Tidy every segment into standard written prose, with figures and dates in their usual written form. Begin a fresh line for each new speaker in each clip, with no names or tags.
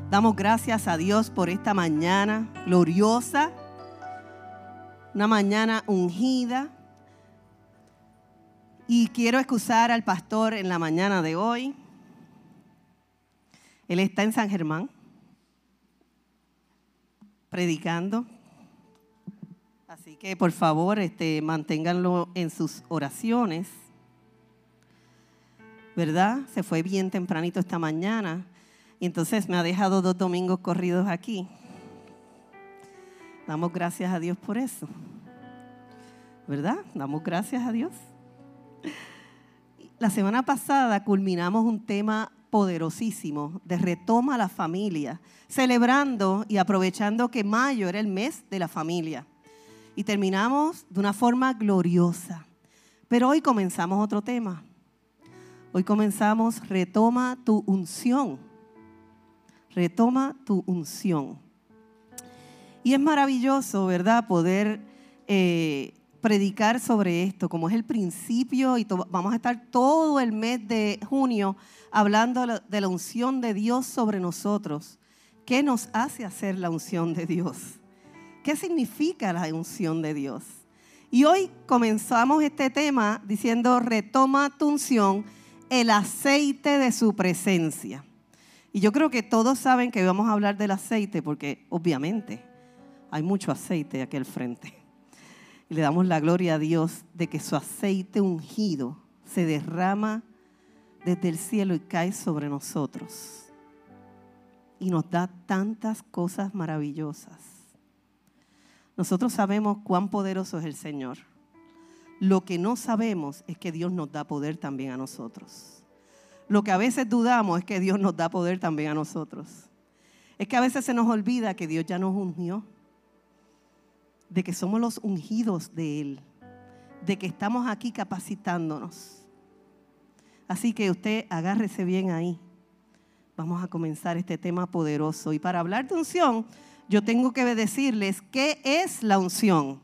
Damos gracias a Dios por esta mañana gloriosa, una mañana ungida. Y quiero excusar al pastor en la mañana de hoy. Él está en San Germán, predicando. Así que por favor, manténganlo en sus oraciones. ¿Verdad? Se fue bien tempranito esta mañana. Y entonces me ha dejado 2 domingos corridos aquí. Damos gracias a Dios por eso. ¿Verdad? Damos gracias a Dios. La semana pasada culminamos un tema poderosísimo de retoma a la familia, celebrando y aprovechando que mayo era el mes de la familia. Y terminamos de una forma gloriosa. Pero hoy comenzamos otro tema. Hoy comenzamos retoma tu unción. Retoma tu unción. Y es maravilloso, ¿verdad?, poder predicar sobre esto, como es el principio, y vamos a estar todo el mes de junio hablando de la unción de Dios sobre nosotros. ¿Qué nos hace hacer la unción de Dios? ¿Qué significa la unción de Dios? Y hoy comenzamos este tema diciendo, retoma tu unción, el aceite de su presencia. Y yo creo que todos saben que vamos a hablar del aceite porque obviamente hay mucho aceite aquí al frente. Y le damos la gloria a Dios de que su aceite ungido se derrama desde el cielo y cae sobre nosotros. Y nos da tantas cosas maravillosas. Nosotros sabemos cuán poderoso es el Señor. Lo que no sabemos es que Dios nos da poder también a nosotros. Lo que a veces dudamos es que Dios nos da poder también a nosotros. Es que a veces se nos olvida que Dios ya nos ungió, de que somos los ungidos de Él, de que estamos aquí capacitándonos. Así que usted agárrese bien ahí. Vamos a comenzar este tema poderoso. Y para hablar de unción, yo tengo que decirles qué es la unción.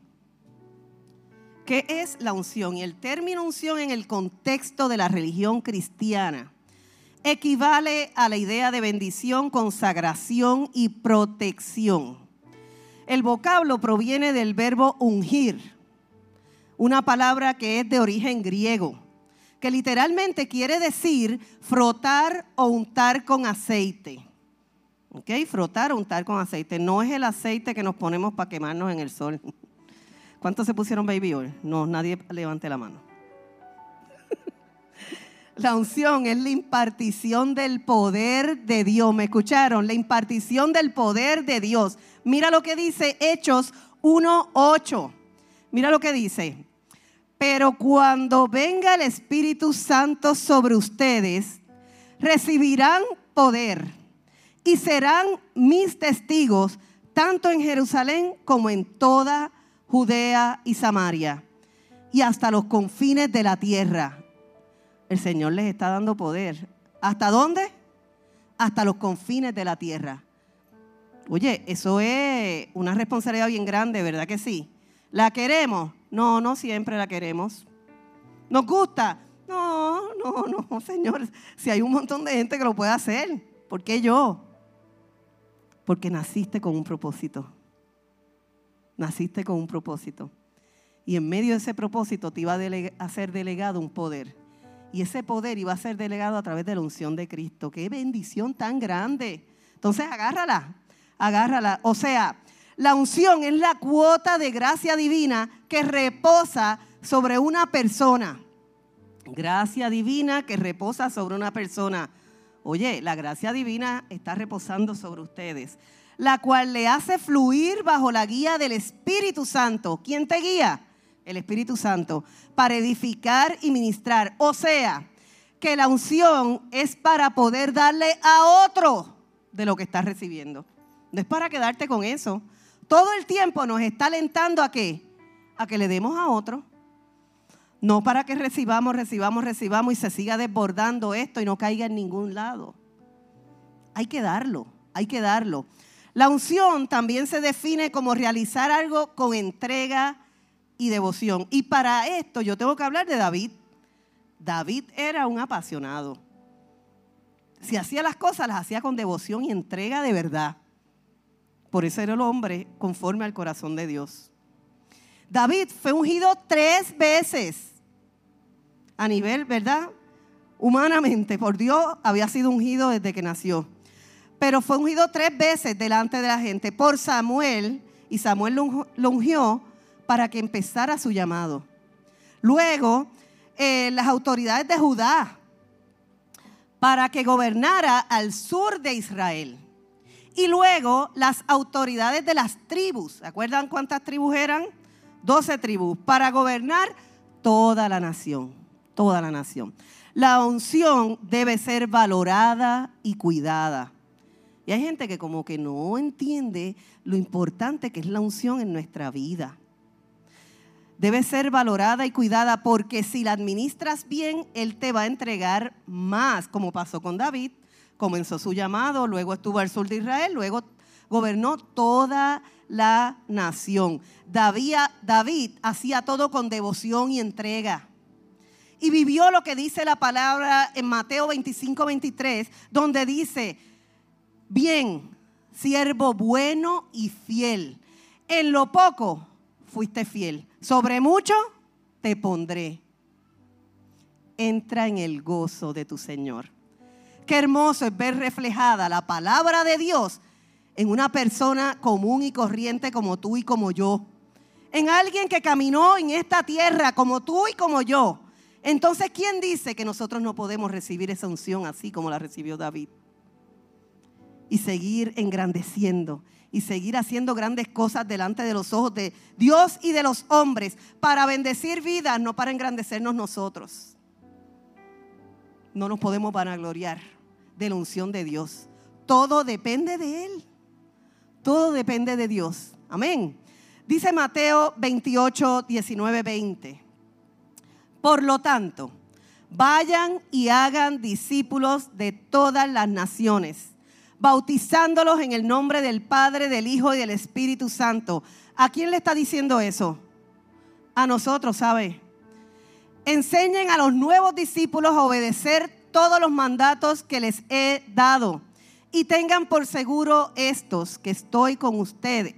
¿Qué es la unción? Y el término unción en el contexto de la religión cristiana equivale a la idea de bendición, consagración y protección. El vocablo proviene del verbo ungir, una palabra que es de origen griego, que literalmente quiere decir frotar o untar con aceite. ¿Ok? Frotar o untar con aceite. No es el aceite que nos ponemos para quemarnos en el sol. ¿Cuántos se pusieron baby oil? No, nadie levante la mano. La unción es la impartición del poder de Dios. ¿Me escucharon? La impartición del poder de Dios. Mira lo que dice Hechos 1:8. Mira lo que dice. Pero cuando venga el Espíritu Santo sobre ustedes, recibirán poder y serán mis testigos, tanto en Jerusalén como en toda Judea y Samaria, y hasta los confines de la tierra. El Señor les está dando poder. ¿Hasta dónde? Hasta los confines de la tierra. Oye, eso es una responsabilidad bien grande, ¿verdad que sí? ¿La queremos? No, no siempre la queremos. ¿Nos gusta? No, Señor. Si hay un montón de gente que lo puede hacer, ¿por qué yo? Porque naciste con un propósito. Naciste con un propósito. Y en medio de ese propósito te iba a ser delegado un poder. Y ese poder iba a ser delegado a través de la unción de Cristo. ¡Qué bendición tan grande! Entonces agárrala. O sea, la unción es la cuota de gracia divina que reposa sobre una persona. Gracia divina que reposa sobre una persona. Oye, la gracia divina está reposando sobre ustedes, la cual le hace fluir bajo la guía del Espíritu Santo. ¿Quién te guía? El Espíritu Santo, para edificar y ministrar. O sea, que la unción es para poder darle a otro de lo que estás recibiendo. No es para quedarte con eso. Todo el tiempo nos está alentando ¿a qué? A que le demos a otro. No para que recibamos y se siga desbordando esto y no caiga en ningún lado. Hay que darlo. La unción también se define como realizar algo con entrega y devoción. Y para esto yo tengo que hablar de David. David era un apasionado. Si hacía las cosas, las hacía con devoción y entrega de verdad. Por eso era el hombre conforme al corazón de Dios. David fue ungido 3 veces. A nivel, ¿verdad? Humanamente, por Dios había sido ungido desde que nació. Pero fue ungido 3 veces delante de la gente por Samuel. Y Samuel lo ungió para que empezara su llamado. Luego, las autoridades de Judá, para que gobernara al sur de Israel. Y luego las autoridades de las tribus. ¿Se acuerdan cuántas tribus eran? 12 tribus. Para gobernar toda la nación. Toda la nación. La unción debe ser valorada y cuidada. Y hay gente que como que no entiende lo importante que es la unción en nuestra vida. Debe ser valorada y cuidada porque si la administras bien, Él te va a entregar más, como pasó con David. Comenzó su llamado, luego estuvo al sur de Israel, luego gobernó toda la nación. David hacía todo con devoción y entrega. Y vivió lo que dice la palabra en Mateo 25:23, donde dice: bien, siervo bueno y fiel, en lo poco fuiste fiel, sobre mucho te pondré. Entra en el gozo de tu Señor. Qué hermoso es ver reflejada la palabra de Dios en una persona común y corriente como tú y como yo. En alguien que caminó en esta tierra como tú y como yo. Entonces, ¿quién dice que nosotros no podemos recibir esa unción así como la recibió David? Y seguir engrandeciendo y seguir haciendo grandes cosas delante de los ojos de Dios y de los hombres para bendecir vidas, no para engrandecernos nosotros. No nos podemos vanagloriar de la unción de Dios. Todo depende de Él. Todo depende de Dios. Amén. Dice Mateo 28, 19, 20. Por lo tanto, vayan y hagan discípulos de todas las naciones, bautizándolos en el nombre del Padre, del Hijo y del Espíritu Santo. ¿A quién le está diciendo eso? A nosotros, ¿sabe? Enseñen a los nuevos discípulos a obedecer todos los mandatos que les he dado. Y tengan por seguro que estoy con ustedes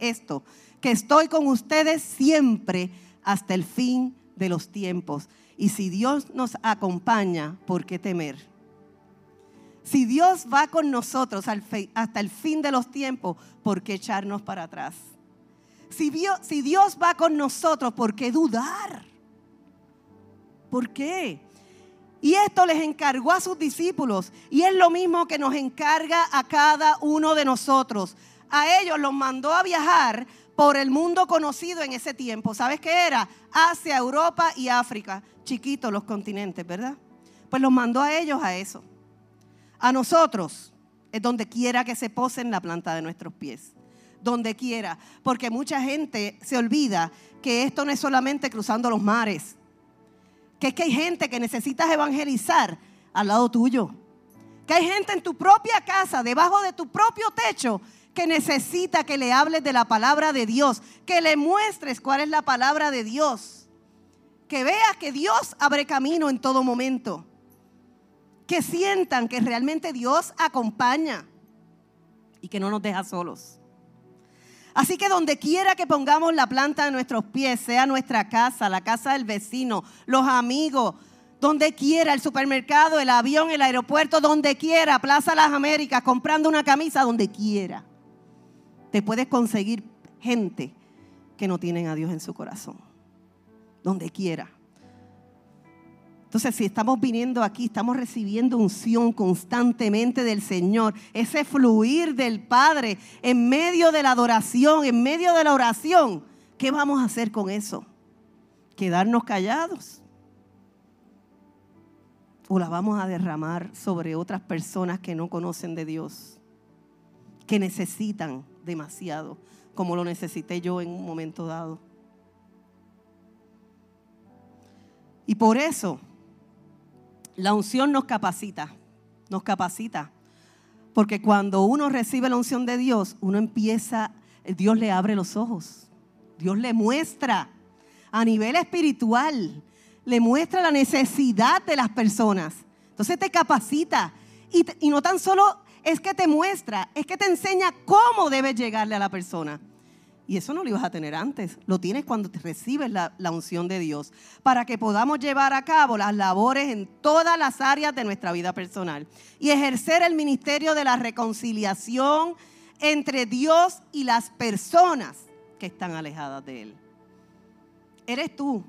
siempre hasta el fin de los tiempos. Y si Dios nos acompaña, ¿por qué temer? Si Dios va con nosotros hasta el fin de los tiempos, ¿por qué echarnos para atrás? Si Dios va con nosotros, ¿por qué dudar? ¿Por qué? Y esto les encargó a sus discípulos. Y es lo mismo que nos encarga a cada uno de nosotros. A ellos los mandó a viajar por el mundo conocido en ese tiempo. ¿Sabes qué era? Asia, Europa y África. Chiquitos los continentes, ¿verdad? Pues los mandó a ellos a eso. A nosotros es donde quiera que se posen la planta de nuestros pies. Donde quiera. Porque mucha gente se olvida que esto no es solamente cruzando los mares. Que es que hay gente que necesitas evangelizar al lado tuyo. Que hay gente en tu propia casa, debajo de tu propio techo, que necesita que le hables de la palabra de Dios. Que le muestres cuál es la palabra de Dios. Que veas que Dios abre camino en todo momento. Que sientan que realmente Dios acompaña y que no nos deja solos. Así que donde quiera que pongamos la planta de nuestros pies, sea nuestra casa, la casa del vecino, los amigos, donde quiera, el supermercado, el avión, el aeropuerto, donde quiera, Plaza Las Américas, comprando una camisa, donde quiera, te puedes conseguir gente que no tienen a Dios en su corazón. Donde quiera. Entonces, si estamos viniendo aquí, estamos recibiendo unción constantemente del Señor, ese fluir del Padre en medio de la adoración, en medio de la oración, ¿qué vamos a hacer con eso? ¿Quedarnos callados? ¿O la vamos a derramar sobre otras personas que no conocen de Dios, que necesitan demasiado, como lo necesité yo en un momento dado? Y por eso la unción nos capacita, porque cuando uno recibe la unción de Dios, Dios le abre los ojos, Dios le muestra a nivel espiritual, le muestra la necesidad de las personas, entonces te capacita Y no tan solo es que te muestra, es que te enseña cómo debes llegarle a la persona. Y eso no lo ibas a tener antes, lo tienes cuando te recibes la unción de Dios, para que podamos llevar a cabo las labores en todas las áreas de nuestra vida personal y ejercer el ministerio de la reconciliación entre Dios y las personas que están alejadas de Él. Eres tú,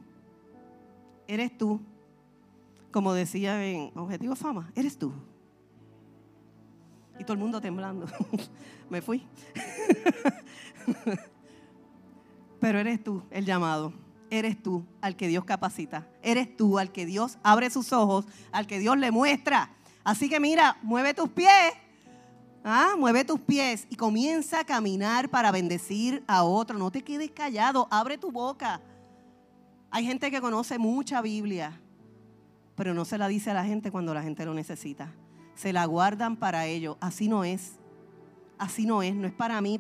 como decía en Objetivo Fama, eres tú. Y todo el mundo temblando. Me fui. Pero eres tú el llamado. Eres tú al que Dios capacita. Eres tú al que Dios abre sus ojos, al que Dios le muestra. Así que mira, mueve tus pies. Mueve tus pies y comienza a caminar para bendecir a otro. No te quedes callado, abre tu boca. Hay gente que conoce mucha Biblia, pero no se la dice a la gente cuando la gente lo necesita. Se la guardan para ellos. Así no es. Así no es. No es para mí.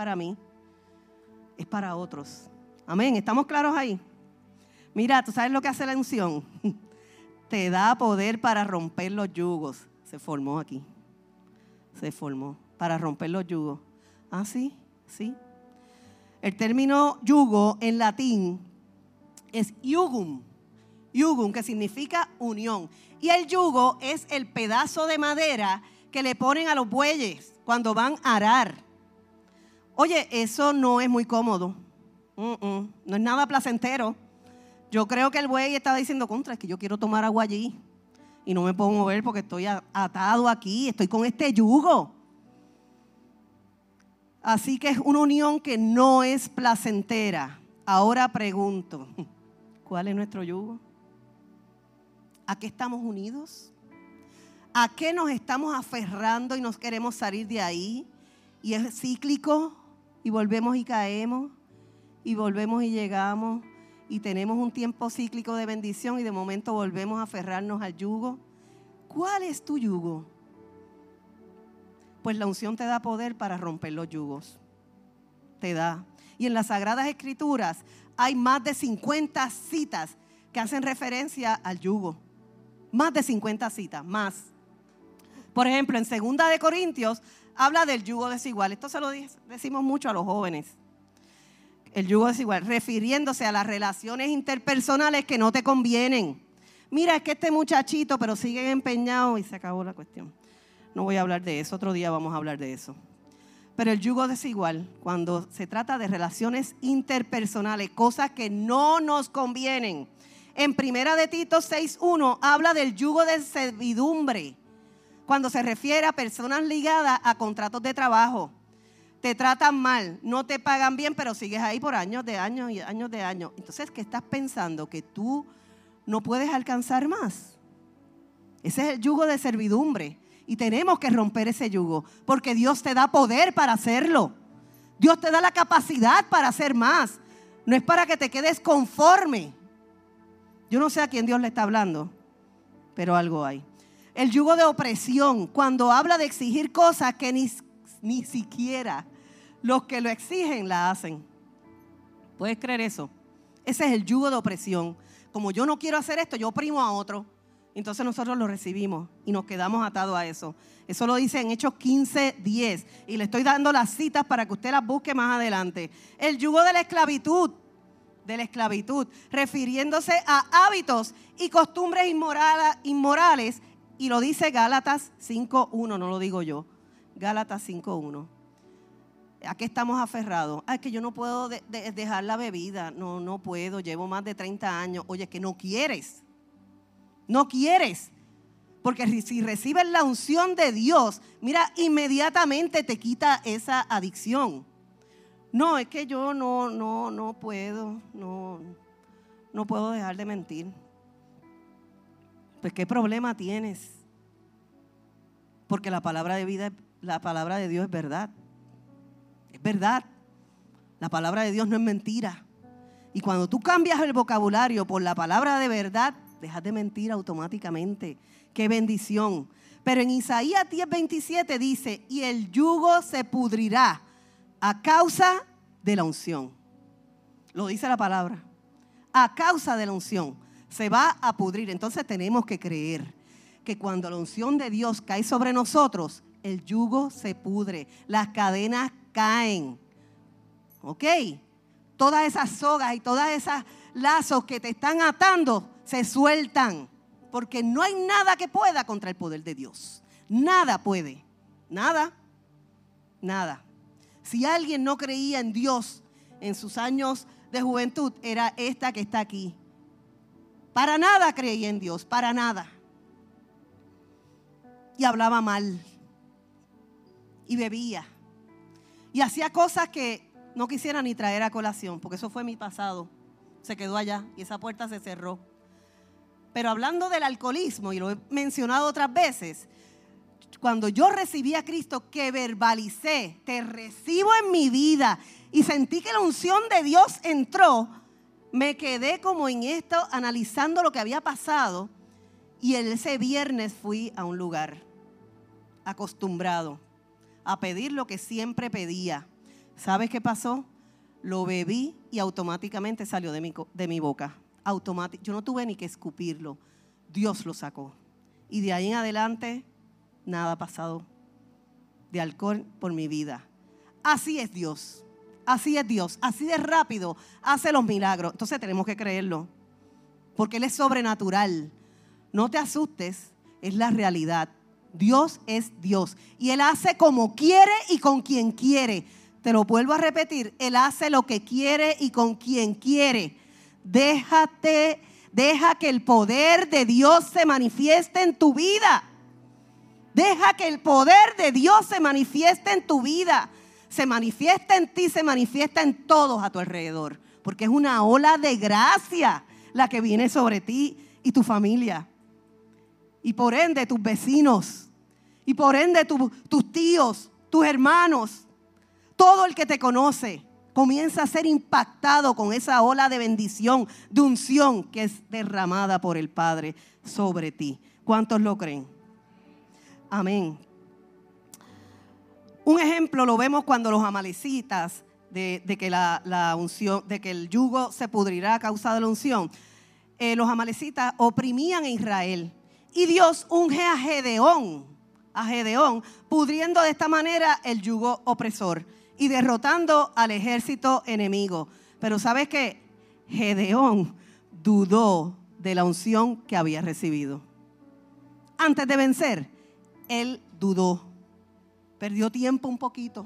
Es para otros. Amén. ¿Estamos claros ahí? Mira, ¿tú sabes lo que hace la unción? Te da poder para romper los yugos. Se formó aquí. Se formó para romper los yugos. Sí. El término yugo en latín es iugum. Iugum, que significa unión. Y el yugo es el pedazo de madera que le ponen a los bueyes cuando van a arar. Oye, eso no es muy cómodo. No es nada placentero. Yo creo que el buey estaba diciendo, es que yo quiero tomar agua allí y no me puedo mover porque estoy atado aquí, estoy con este yugo. Así que es una unión que no es placentera. Ahora pregunto, ¿cuál es nuestro yugo? ¿A qué estamos unidos? ¿A qué nos estamos aferrando y nos queremos salir de ahí? Y es cíclico y volvemos y caemos y volvemos y llegamos y tenemos un tiempo cíclico de bendición y de momento volvemos a aferrarnos al yugo. ¿Cuál es tu yugo? Pues la unción te da poder para romper los yugos. Te da. Y en las Sagradas Escrituras hay más de 50 citas que hacen referencia al yugo. Más de 50 citas, más. Por ejemplo, en 2 de Corintios habla del yugo desigual. Esto se lo decimos mucho a los jóvenes. El yugo desigual, refiriéndose a las relaciones interpersonales que no te convienen. Mira, es que este muchachito, pero sigue empeñado y se acabó la cuestión. No voy a hablar de eso, otro día vamos a hablar de eso. Pero el yugo desigual, cuando se trata de relaciones interpersonales, cosas que no nos convienen. En 1 de Tito 6:1 habla del yugo de servidumbre, cuando se refiere a personas ligadas a contratos de trabajo. Te tratan mal, no te pagan bien, pero sigues ahí por años de años y años de años. Entonces, ¿qué estás pensando? ¿Que tú no puedes alcanzar más? Ese es el yugo de servidumbre. Y tenemos que romper ese yugo, porque Dios te da poder para hacerlo. Dios te da la capacidad para hacer más. No es para que te quedes conforme. Yo no sé a quién Dios le está hablando, pero algo hay. El yugo de opresión, cuando habla de exigir cosas que ni siquiera los que lo exigen la hacen. ¿Puedes creer eso? Ese es el yugo de opresión. Como yo no quiero hacer esto, yo oprimo a otro. Entonces nosotros lo recibimos y nos quedamos atados a eso. Eso lo dice en Hechos 15:10. Y le estoy dando las citas para que usted las busque más adelante. El yugo de la esclavitud, refiriéndose a hábitos y costumbres inmorales. Y lo dice Gálatas 5:1, no lo digo yo. Gálatas 5:1. ¿A qué estamos aferrados? Es que yo no puedo dejar la bebida. No puedo, llevo más de 30 años. Oye, es que no quieres. No quieres, porque si recibes la unción de Dios, mira, inmediatamente te quita esa adicción. No, es que yo no puedo dejar de mentir. Pues, ¿qué problema tienes? Porque la palabra de vida, la palabra de Dios es verdad. Es verdad. La palabra de Dios no es mentira. Y cuando tú cambias el vocabulario por la palabra de verdad, dejas de mentir automáticamente. ¡Qué bendición! Pero en Isaías 10:27 dice, y el yugo se pudrirá a causa de la unción. Lo dice la palabra. A causa de la unción se va a pudrir. Entonces tenemos que creer que cuando la unción de Dios cae sobre nosotros, el yugo se pudre, las cadenas caen. ¿Ok? Todas esas sogas y todas esas lazos que te están atando se sueltan, porque no hay nada que pueda contra el poder de Dios. Nada puede, nada. Si alguien no creía en Dios en sus años de juventud, era esta que está aquí. Para nada creía en Dios, para nada. Y hablaba mal. Y bebía. Y hacía cosas que no quisiera ni traer a colación, porque eso fue mi pasado. Se quedó allá y esa puerta se cerró. Pero hablando del alcoholismo, y lo he mencionado otras veces, cuando yo recibí a Cristo, que verbalicé, te recibo en mi vida, y sentí que la unción de Dios entró, me quedé como en esto, analizando lo que había pasado, y ese viernes fui a un lugar acostumbrado a pedir lo que siempre pedía. ¿Sabes qué pasó? Lo bebí y automáticamente salió de mi boca. Yo no tuve ni que escupirlo. Dios lo sacó. Y de ahí en adelante, nada ha pasado de alcohol por mi vida. Así es Dios. Así es Dios. Así de rápido hace los milagros. Entonces tenemos que creerlo. Porque Él es sobrenatural. No te asustes, es la realidad. Dios es Dios. Y Él hace como quiere y con quien quiere. Te lo vuelvo a repetir. Él hace lo que quiere y con quien quiere. Deja que el poder de Dios se manifieste en tu vida. Deja que el poder de Dios se manifieste en tu vida. Se manifiesta en ti, se manifiesta en todos a tu alrededor. Porque es una ola de gracia la que viene sobre ti y tu familia. Y por ende tus vecinos. Y por ende tus tíos, tus hermanos. Todo el que te conoce comienza a ser impactado con esa ola de bendición, de unción que es derramada por el Padre sobre ti. ¿Cuántos lo creen? Amén. Un ejemplo lo vemos cuando los amalecitas de que la unción, de que el yugo se pudrirá a causa de la unción. Los amalecitas oprimían a Israel y Dios unge a Gedeón, pudriendo de esta manera el yugo opresor y derrotando al ejército enemigo. Pero ¿sabes qué? Gedeón dudó de la unción que había recibido. Antes de vencer, él dudó. Perdió tiempo un poquito.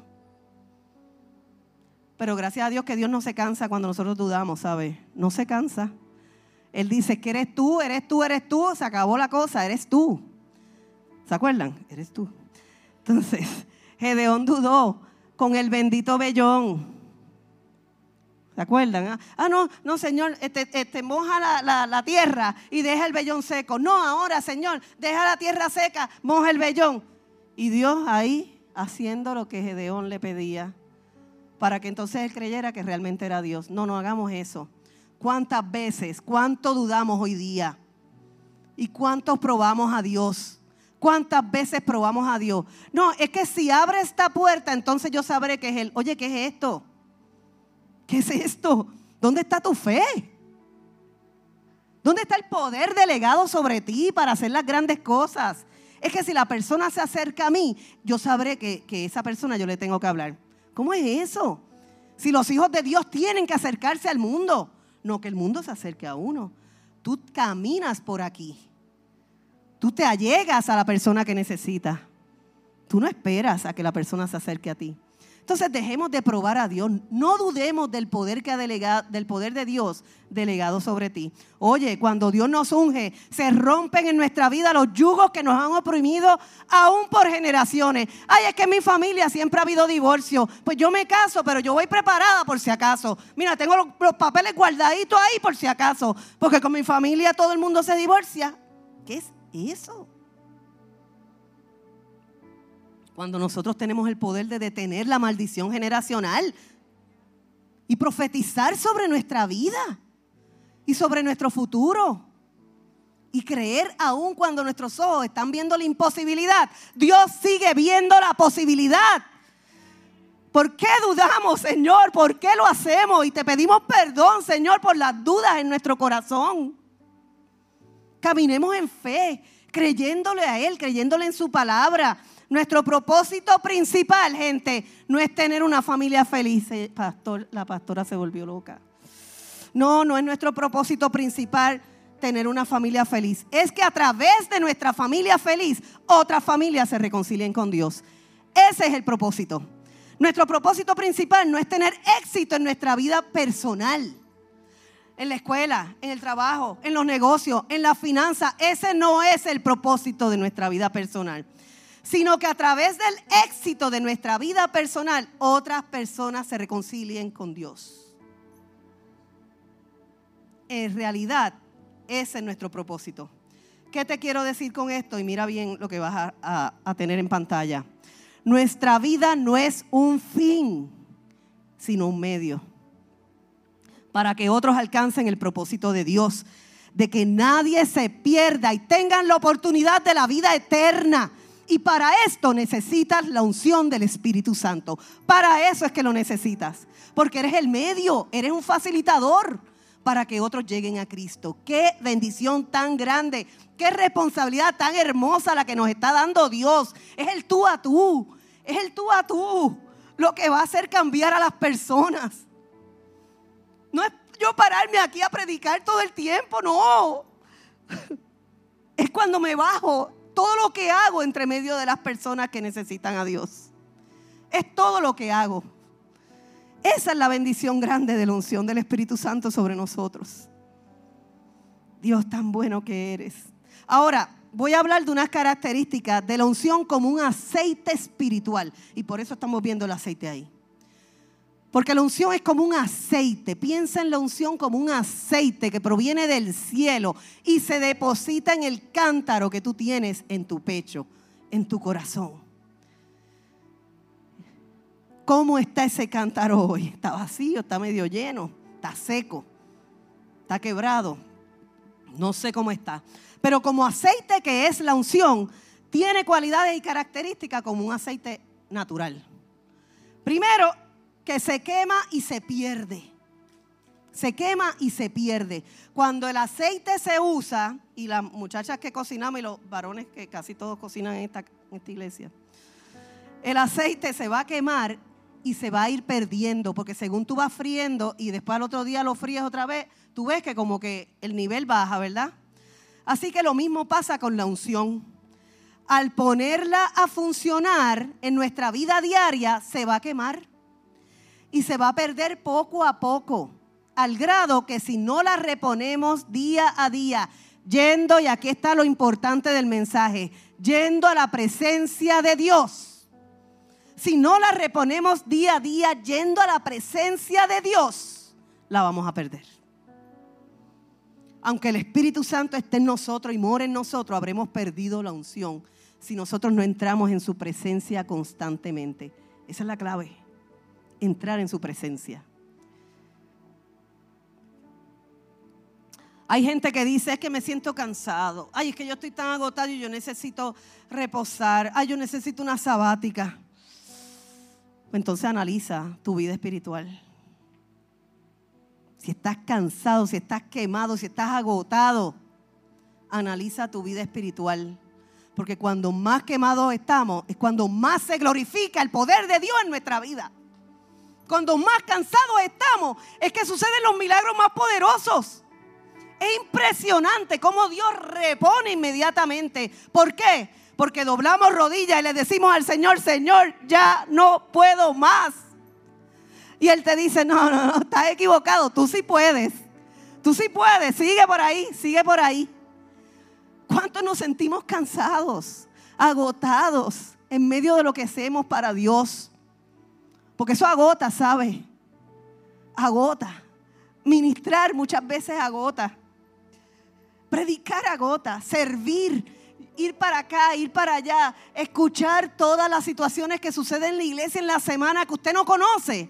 Pero gracias a Dios que Dios no se cansa cuando nosotros dudamos, ¿sabes? No se cansa. Él dice que eres tú. Se acabó la cosa, eres tú. ¿Se acuerdan? Eres tú. Entonces, Gedeón dudó con el bendito vellón. ¿Se acuerdan? No, Señor, moja la tierra y deja el vellón seco. No, ahora, Señor, deja la tierra seca, moja el vellón. Y Dios ahí haciendo lo que Gedeón le pedía, para que entonces él creyera que realmente era Dios. No hagamos eso. ¿Cuántas veces, cuánto dudamos hoy día? ¿Y cuántos probamos a Dios? ¿Cuántas veces probamos a Dios? No, es que si abre esta puerta, entonces yo sabré que es Él. Oye, ¿qué es esto? ¿Qué es esto? ¿Dónde está tu fe? ¿Dónde está el poder delegado sobre ti para hacer las grandes cosas? Es que si la persona se acerca a mí, yo sabré que esa persona yo le tengo que hablar. ¿Cómo es eso? Si los hijos de Dios tienen que acercarse al mundo, no que el mundo se acerque a uno. Tú caminas por aquí. Tú te allegas a la persona que necesita. Tú no esperas a que la persona se acerque a ti. Entonces dejemos de probar a Dios. No dudemos del poder del poder de Dios delegado sobre ti. Oye, cuando Dios nos unge, se rompen en nuestra vida los yugos que nos han oprimido aún por generaciones. Ay, es que en mi familia siempre ha habido divorcio. Pues yo me caso, pero yo voy preparada por si acaso. Mira, tengo los papeles guardaditos ahí por si acaso. Porque con mi familia todo el mundo se divorcia. ¿Qué es eso? Cuando nosotros tenemos el poder de detener la maldición generacional y profetizar sobre nuestra vida y sobre nuestro futuro y creer aún cuando nuestros ojos están viendo la imposibilidad, Dios sigue viendo la posibilidad. ¿Por qué dudamos, Señor? ¿Por qué lo hacemos? Y te pedimos perdón, Señor, por las dudas en nuestro corazón. Caminemos en fe. creyéndole a Él, creyéndole en su palabra. Nuestro propósito principal, gente, no es tener una familia feliz. La pastora se volvió loca. No es nuestro propósito principal tener una familia feliz. Es que a través de nuestra familia feliz, otras familias se reconcilien con Dios. Ese es el propósito. Nuestro propósito principal no es tener éxito en nuestra vida personal, en la escuela, en el trabajo, en los negocios, en la finanza. Ese no es el propósito de nuestra vida personal, sino que a través del éxito de nuestra vida personal, otras personas se reconcilien con Dios. En realidad, ese es nuestro propósito. ¿Qué te quiero decir con esto? Y mira bien lo que vas a tener en pantalla. Nuestra vida no es un fin, sino un medio para que otros alcancen el propósito de Dios, de que nadie se pierda y tengan la oportunidad de la vida eterna. Y para esto necesitas la unción del Espíritu Santo. Para eso es que lo necesitas, porque eres el medio, eres un facilitador para que otros lleguen a Cristo. Qué bendición tan grande, qué responsabilidad tan hermosa la que nos está dando Dios. Es el tú a tú, es el tú a tú lo que va a hacer cambiar a las personas. No es yo pararme aquí a predicar todo el tiempo, no. Es cuando me bajo, todo lo que hago entre medio de las personas que necesitan a Dios. Es todo lo que hago. Esa es la bendición grande de la unción del Espíritu Santo sobre nosotros. Dios, tan bueno que eres. Ahora, voy a hablar de unas características de la unción como un aceite espiritual. Y por eso estamos viendo el aceite ahí. Porque la unción es como un aceite. Piensa en la unción como un aceite que proviene del cielo y se deposita en el cántaro que tú tienes en tu pecho, en tu corazón. ¿Cómo está ese cántaro hoy? ¿Está vacío? ¿Está medio lleno? ¿Está seco? ¿Está quebrado? No sé cómo está. Pero como aceite que es la unción, tiene cualidades y características como un aceite natural. Primero, que se quema y se pierde. Se quema y se pierde. Cuando el aceite se usa, y las muchachas que cocinamos y los varones que casi todos cocinan en esta iglesia, el aceite se va a quemar y se va a ir perdiendo, porque según tú vas friendo y después al otro día lo fríes otra vez, tú ves que como que el nivel baja, ¿verdad? Así que lo mismo pasa con la unción. Al ponerla a funcionar en nuestra vida diaria, se va a quemar y se va a perder poco a poco, al grado que si no la reponemos día a día, yendo, y aquí está lo importante del mensaje, yendo a la presencia de Dios. Si no la reponemos día a día, yendo a la presencia de Dios, la vamos a perder. Aunque el Espíritu Santo esté en nosotros y more en nosotros, habremos perdido la unción si nosotros no entramos en su presencia constantemente. Esa es la clave, entrar en su presencia. Hay gente que dice, es que me siento cansado. Ay, es que yo estoy tan agotado y yo necesito reposar. Ay, yo necesito una sabática. Entonces analiza tu vida espiritual. Si estás cansado, si estás quemado, si estás agotado, analiza tu vida espiritual. Porque cuando más quemados estamos, es cuando más se glorifica el poder de Dios en nuestra vida. Cuando más cansados estamos, es que suceden los milagros más poderosos. Es impresionante cómo Dios repone inmediatamente. ¿Por qué? Porque doblamos rodillas y le decimos al Señor, Señor, ya no puedo más. Y Él te dice, no, estás equivocado, tú sí puedes. Tú sí puedes, sigue por ahí, sigue por ahí. ¿Cuántos nos sentimos cansados, agotados en medio de lo que hacemos para Dios? Porque eso agota, ¿sabes? Agota. Ministrar muchas veces agota. Predicar agota, servir, ir para acá, ir para allá, escuchar todas las situaciones que suceden en la iglesia en la semana que usted no conoce.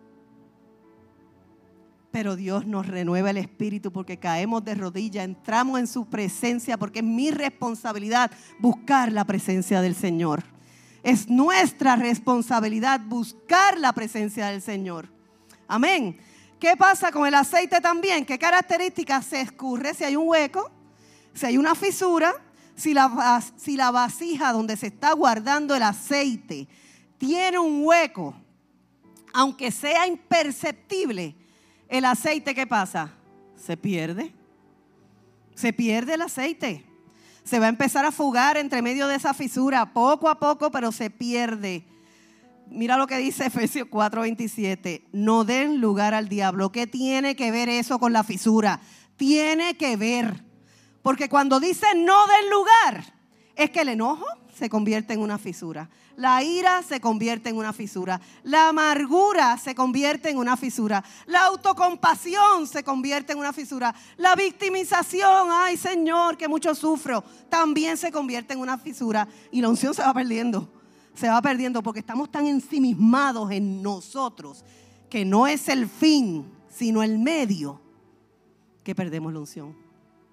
Pero Dios nos renueva el espíritu porque caemos de rodillas, entramos en su presencia porque es mi responsabilidad buscar la presencia del Señor. Es nuestra responsabilidad buscar la presencia del Señor. Amén. ¿Qué pasa con el aceite también? ¿Qué características? Se escurre si hay un hueco, si hay una fisura, Si la vasija donde se está guardando el aceite tiene un hueco, aunque sea imperceptible, el aceite, ¿qué pasa? Se pierde. Se pierde el aceite. Se va a empezar a fugar entre medio de esa fisura, poco a poco, pero se pierde. Mira lo que dice Efesios 4:27. No den lugar al diablo. ¿Qué tiene que ver eso con la fisura? Tiene que ver. Porque cuando dice no den lugar, es que el enojo se convierte en una fisura. La ira se convierte en una fisura. La amargura se convierte en una fisura. La autocompasión se convierte en una fisura. La victimización, ay Señor, que mucho sufro, también se convierte en una fisura. Y la unción se va perdiendo. Se va perdiendo porque estamos tan ensimismados en nosotros que no es el fin, sino el medio, que perdemos la unción.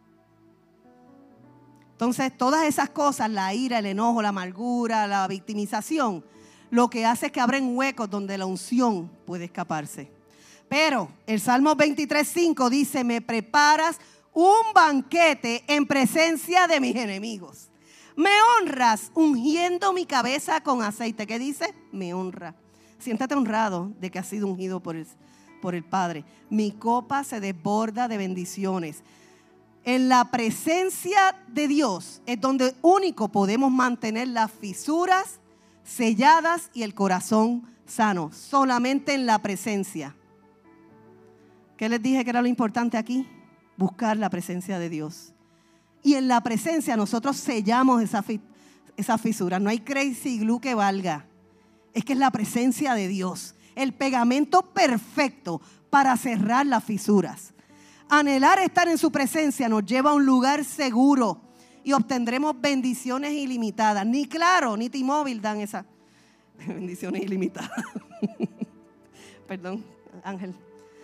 Entonces, todas esas cosas, la ira, el enojo, la amargura, la victimización, lo que hace es que abren huecos donde la unción puede escaparse. Pero el Salmo 23:5 dice, me preparas un banquete en presencia de mis enemigos. Me honras ungiendo mi cabeza con aceite. ¿Qué dice? Me honra. Siéntate honrado de que has sido ungido por el Padre. Mi copa se desborda de bendiciones. En la presencia de Dios es donde único podemos mantener las fisuras selladas y el corazón sano. Solamente en la presencia. ¿Qué les dije que era lo importante aquí? Buscar la presencia de Dios. Y en la presencia nosotros sellamos esa fisura. No hay crazy glue que valga. Es que es la presencia de Dios. El pegamento perfecto para cerrar las fisuras. Anhelar estar en su presencia nos lleva a un lugar seguro y obtendremos bendiciones ilimitadas. Ni Claro, ni T-Mobile dan esas bendiciones ilimitadas. Perdón, Ángel.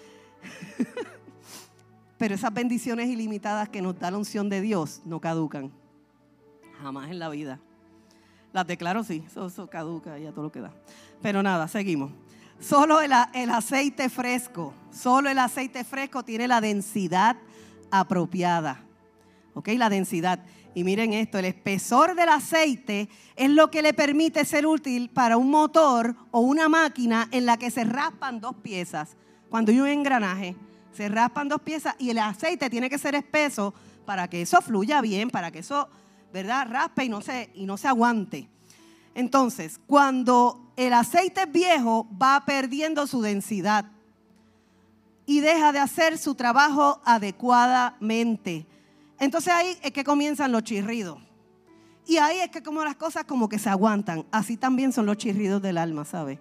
Pero esas bendiciones ilimitadas que nos da la unción de Dios no caducan. Jamás en la vida. Las de Claro sí, eso caduca y a todo lo que da. Pero nada, seguimos. Solo el aceite fresco, tiene la densidad apropiada. ¿Ok? La densidad. Y miren esto, el espesor del aceite es lo que le permite ser útil para un motor o una máquina en la que se raspan dos piezas. Cuando hay un engranaje, se raspan dos piezas y el aceite tiene que ser espeso para que eso fluya bien, para que eso, ¿verdad?, raspe y no se aguante. Entonces, cuando el aceite es viejo, va perdiendo su densidad y deja de hacer su trabajo adecuadamente. Entonces ahí es que comienzan los chirridos. Y ahí es que como las cosas como que se aguantan. Así también son los chirridos del alma, ¿sabe?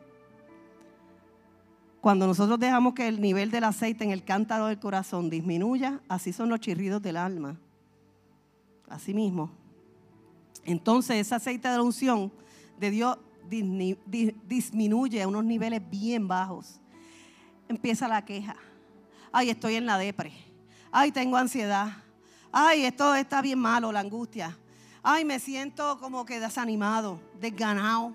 Cuando nosotros dejamos que el nivel del aceite en el cántaro del corazón disminuya, así son los chirridos del alma. Así mismo. Entonces ese aceite de la unción de Dios disminuye a unos niveles bien bajos. Empieza la queja. Ay, estoy en la depre. Ay, tengo ansiedad. Ay, esto está bien malo, la angustia. Ay, me siento como que desanimado, desganado.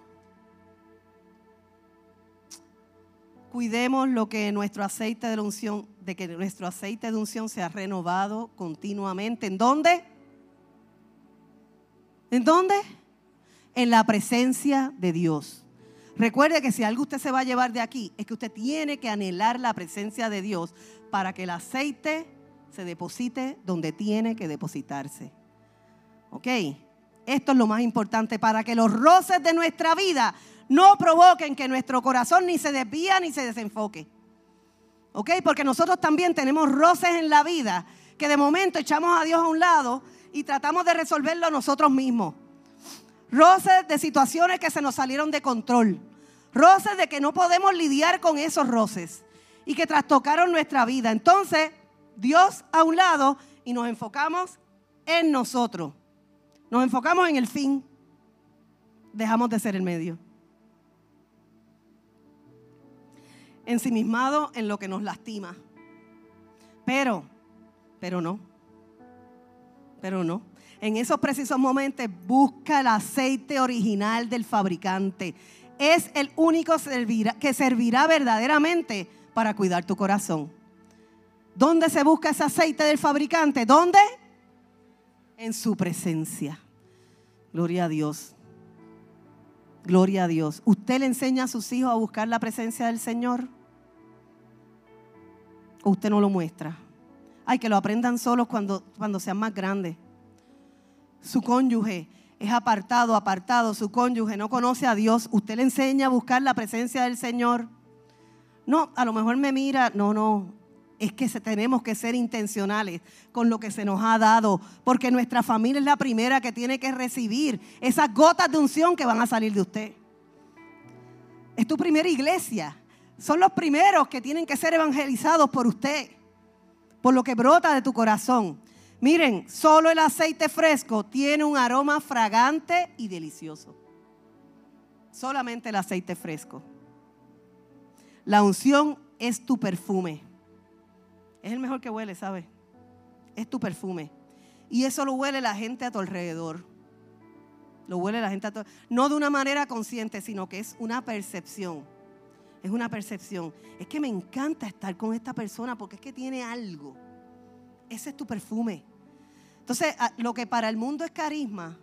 Cuidemos lo que nuestro aceite de la unción, de que nuestro aceite de unción sea renovado continuamente. ¿En dónde? ¿En dónde? En la presencia de Dios. Recuerde que si algo usted se va a llevar de aquí, es que usted tiene que anhelar la presencia de Dios para que el aceite se deposite donde tiene que depositarse. ¿Ok? Esto es lo más importante para que los roces de nuestra vida no provoquen que nuestro corazón ni se desvía ni se desenfoque. ¿Ok? Porque nosotros también tenemos roces en la vida que de momento echamos a Dios a un lado y tratamos de resolverlo nosotros mismos. Roces de situaciones que se nos salieron de control. Roces de que no podemos lidiar con esos roces y que trastocaron nuestra vida. Entonces, Dios a un lado y nos enfocamos en nosotros. Nos enfocamos en el fin. Dejamos de ser el medio. Ensimismado en lo que nos lastima. Pero no. En esos precisos momentos busca el aceite original del fabricante. Es el único que servirá verdaderamente para cuidar tu corazón. ¿Dónde se busca ese aceite del fabricante? ¿Dónde? En su presencia. Gloria a Dios. Gloria a Dios. ¿Usted le enseña a sus hijos a buscar la presencia del Señor? ¿O usted no lo muestra? Ay, que lo aprendan solos cuando sean más grandes. Su cónyuge es apartado. Su cónyuge no conoce a Dios. ¿Usted le enseña a buscar la presencia del Señor? No, a lo mejor me mira. No. Es que tenemos que ser intencionales con lo que se nos ha dado, porque nuestra familia es la primera que tiene que recibir esas gotas de unción que van a salir de usted. Es tu primera iglesia. Son los primeros que tienen que ser evangelizados por usted, por lo que brota de tu corazón. Miren, solo el aceite fresco tiene un aroma fragante y delicioso. Solamente el aceite fresco. La unción es tu perfume. Es el mejor que huele, ¿sabes? Es tu perfume. Y eso lo huele la gente a tu alrededor. Lo huele la gente a tu alrededor. No de una manera consciente, sino que es una percepción. Es una percepción. Es que me encanta estar con esta persona porque es que tiene algo. Ese es tu perfume. Entonces, lo que para el mundo es carisma,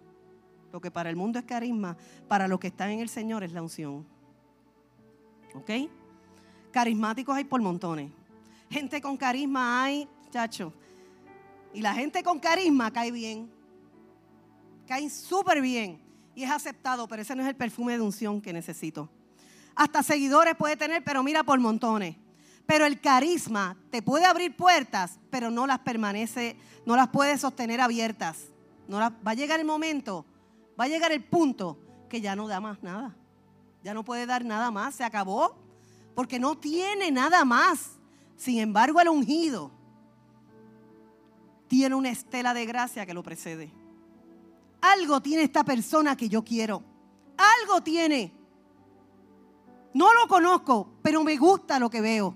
para los que están en el Señor es la unción. ¿Ok? Carismáticos hay por montones. Gente con carisma hay, chacho. Y la gente con carisma cae bien. Cae súper bien. Y es aceptado, pero ese no es el perfume de unción que necesito. Hasta seguidores puede tener, pero mira por montones. Pero el carisma te puede abrir puertas, pero no las puede sostener abiertas. Va a llegar el momento, va a llegar el punto que ya no da más nada. Ya no puede dar nada más, se acabó. Porque no tiene nada más. Sin embargo, el ungido tiene una estela de gracia que lo precede. Algo tiene esta persona que yo quiero. Algo tiene. No lo conozco, pero me gusta lo que veo.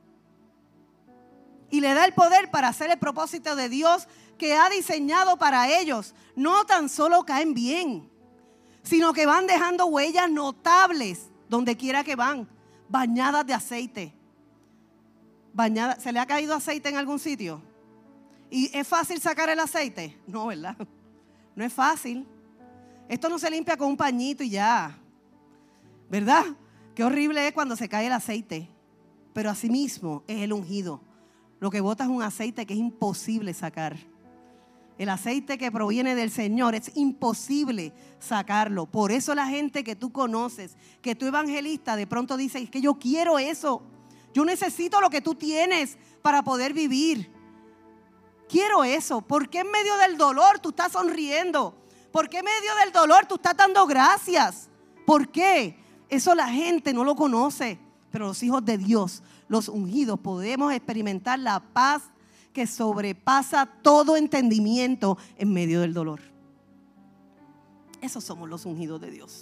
Y le da el poder para hacer el propósito de Dios que ha diseñado para ellos. No tan solo caen bien, sino que van dejando huellas notables donde quiera que van, bañadas de aceite. ¿Se le ha caído aceite en algún sitio? ¿Y es fácil sacar el aceite? No, ¿verdad? No es fácil. Esto no se limpia con un pañito y ya. ¿Verdad? Qué horrible es cuando se cae el aceite. Pero así mismo es el ungido. Lo que bota es un aceite que es imposible sacar. El aceite que proviene del Señor es imposible sacarlo. Por eso la gente que tú conoces, que tú evangelista, de pronto dice, es que yo quiero eso. Yo necesito lo que tú tienes para poder vivir. Quiero eso. ¿Por qué en medio del dolor tú estás sonriendo? ¿Por qué en medio del dolor tú estás dando gracias? ¿Por qué? Eso la gente no lo conoce. Pero los hijos de Dios, los ungidos, podemos experimentar la paz que sobrepasa todo entendimiento en medio del dolor. Esos somos los ungidos de Dios.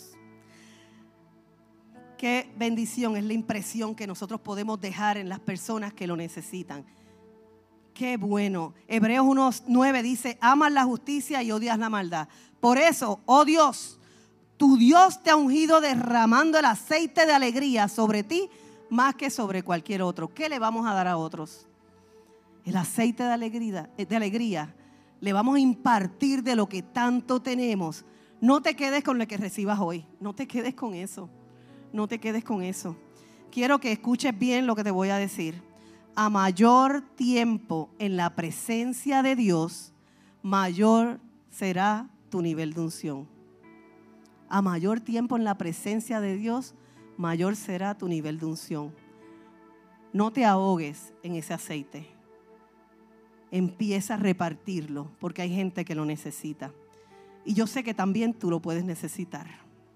Qué bendición es la impresión que nosotros podemos dejar en las personas que lo necesitan. Qué bueno. Hebreos 1:9 dice, amas la justicia y odias la maldad. Por eso, oh Dios, tu Dios te ha ungido derramando el aceite de alegría sobre ti más que sobre cualquier otro. ¿Qué le vamos a dar a otros? El aceite de alegría. Le vamos a impartir de lo que tanto tenemos. No te quedes con lo que recibas hoy. No te quedes con eso. No te quedes con eso. Quiero que escuches bien lo que te voy a decir. A mayor tiempo en la presencia de Dios, mayor será tu nivel de unción. A mayor tiempo en la presencia de Dios, mayor será tu nivel de unción. No te ahogues en ese aceite. Empieza a repartirlo porque hay gente que lo necesita. Y yo sé que también tú lo puedes necesitar.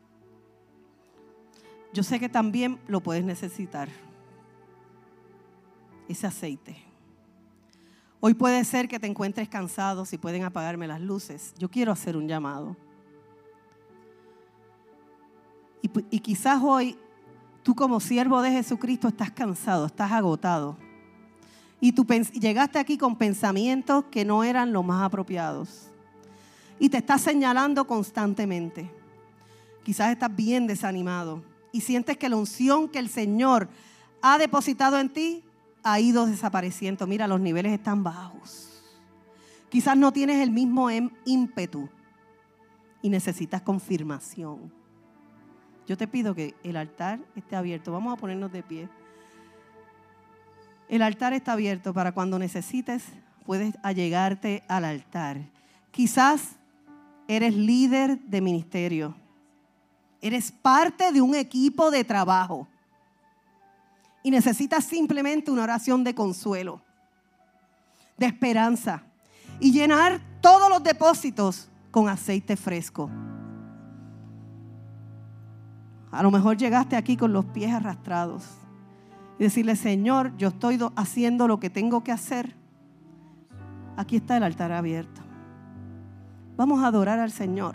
Yo sé que también lo puedes necesitar. Ese aceite. Hoy puede ser que te encuentres cansado. Si pueden apagarme las luces. Yo quiero hacer un llamado. Y quizás hoy tú como siervo de Jesucristo estás cansado, estás agotado. Y tú llegaste aquí con pensamientos que no eran los más apropiados. Y te estás señalando constantemente. Quizás estás bien desanimado. Y sientes que la unción que el Señor ha depositado en ti ha ido desapareciendo. Mira, los niveles están bajos. Quizás no tienes el mismo ímpetu. y necesitas confirmación. Yo te pido que el altar esté abierto. Vamos a ponernos de pie. El altar está abierto para cuando necesites, puedes allegarte al altar. Quizás eres líder de ministerio. Eres parte de un equipo de trabajo. Y necesitas simplemente una oración de consuelo, de esperanza. Y llenar todos los depósitos con aceite fresco. A lo mejor llegaste aquí con los pies arrastrados. Y decirle, Señor, yo estoy haciendo lo que tengo que hacer. Aquí está el altar abierto. Vamos a adorar al Señor.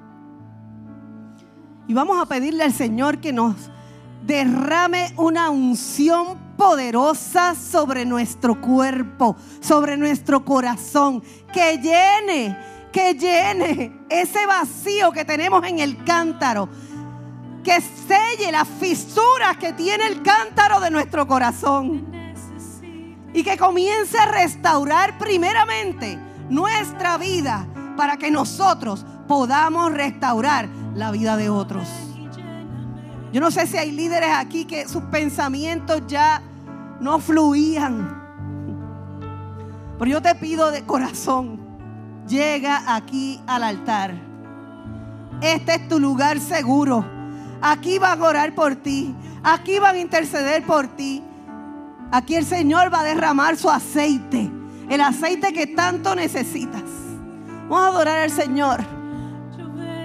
Y vamos a pedirle al Señor que nos derrame una unción poderosa sobre nuestro cuerpo, sobre nuestro corazón. Que llene ese vacío que tenemos en el cántaro. Que selle las fisuras que tiene el cántaro de nuestro corazón. Y que comience a restaurar primeramente nuestra vida para que nosotros podamos restaurar la vida de otros. Yo no sé si hay líderes aquí que sus pensamientos ya no fluían. Pero yo te pido de corazón, llega aquí al altar. Este es tu lugar seguro. Aquí van a orar por ti. Aquí van a interceder por ti. Aquí el Señor va a derramar su aceite. El aceite que tanto necesitas. Vamos a adorar al Señor.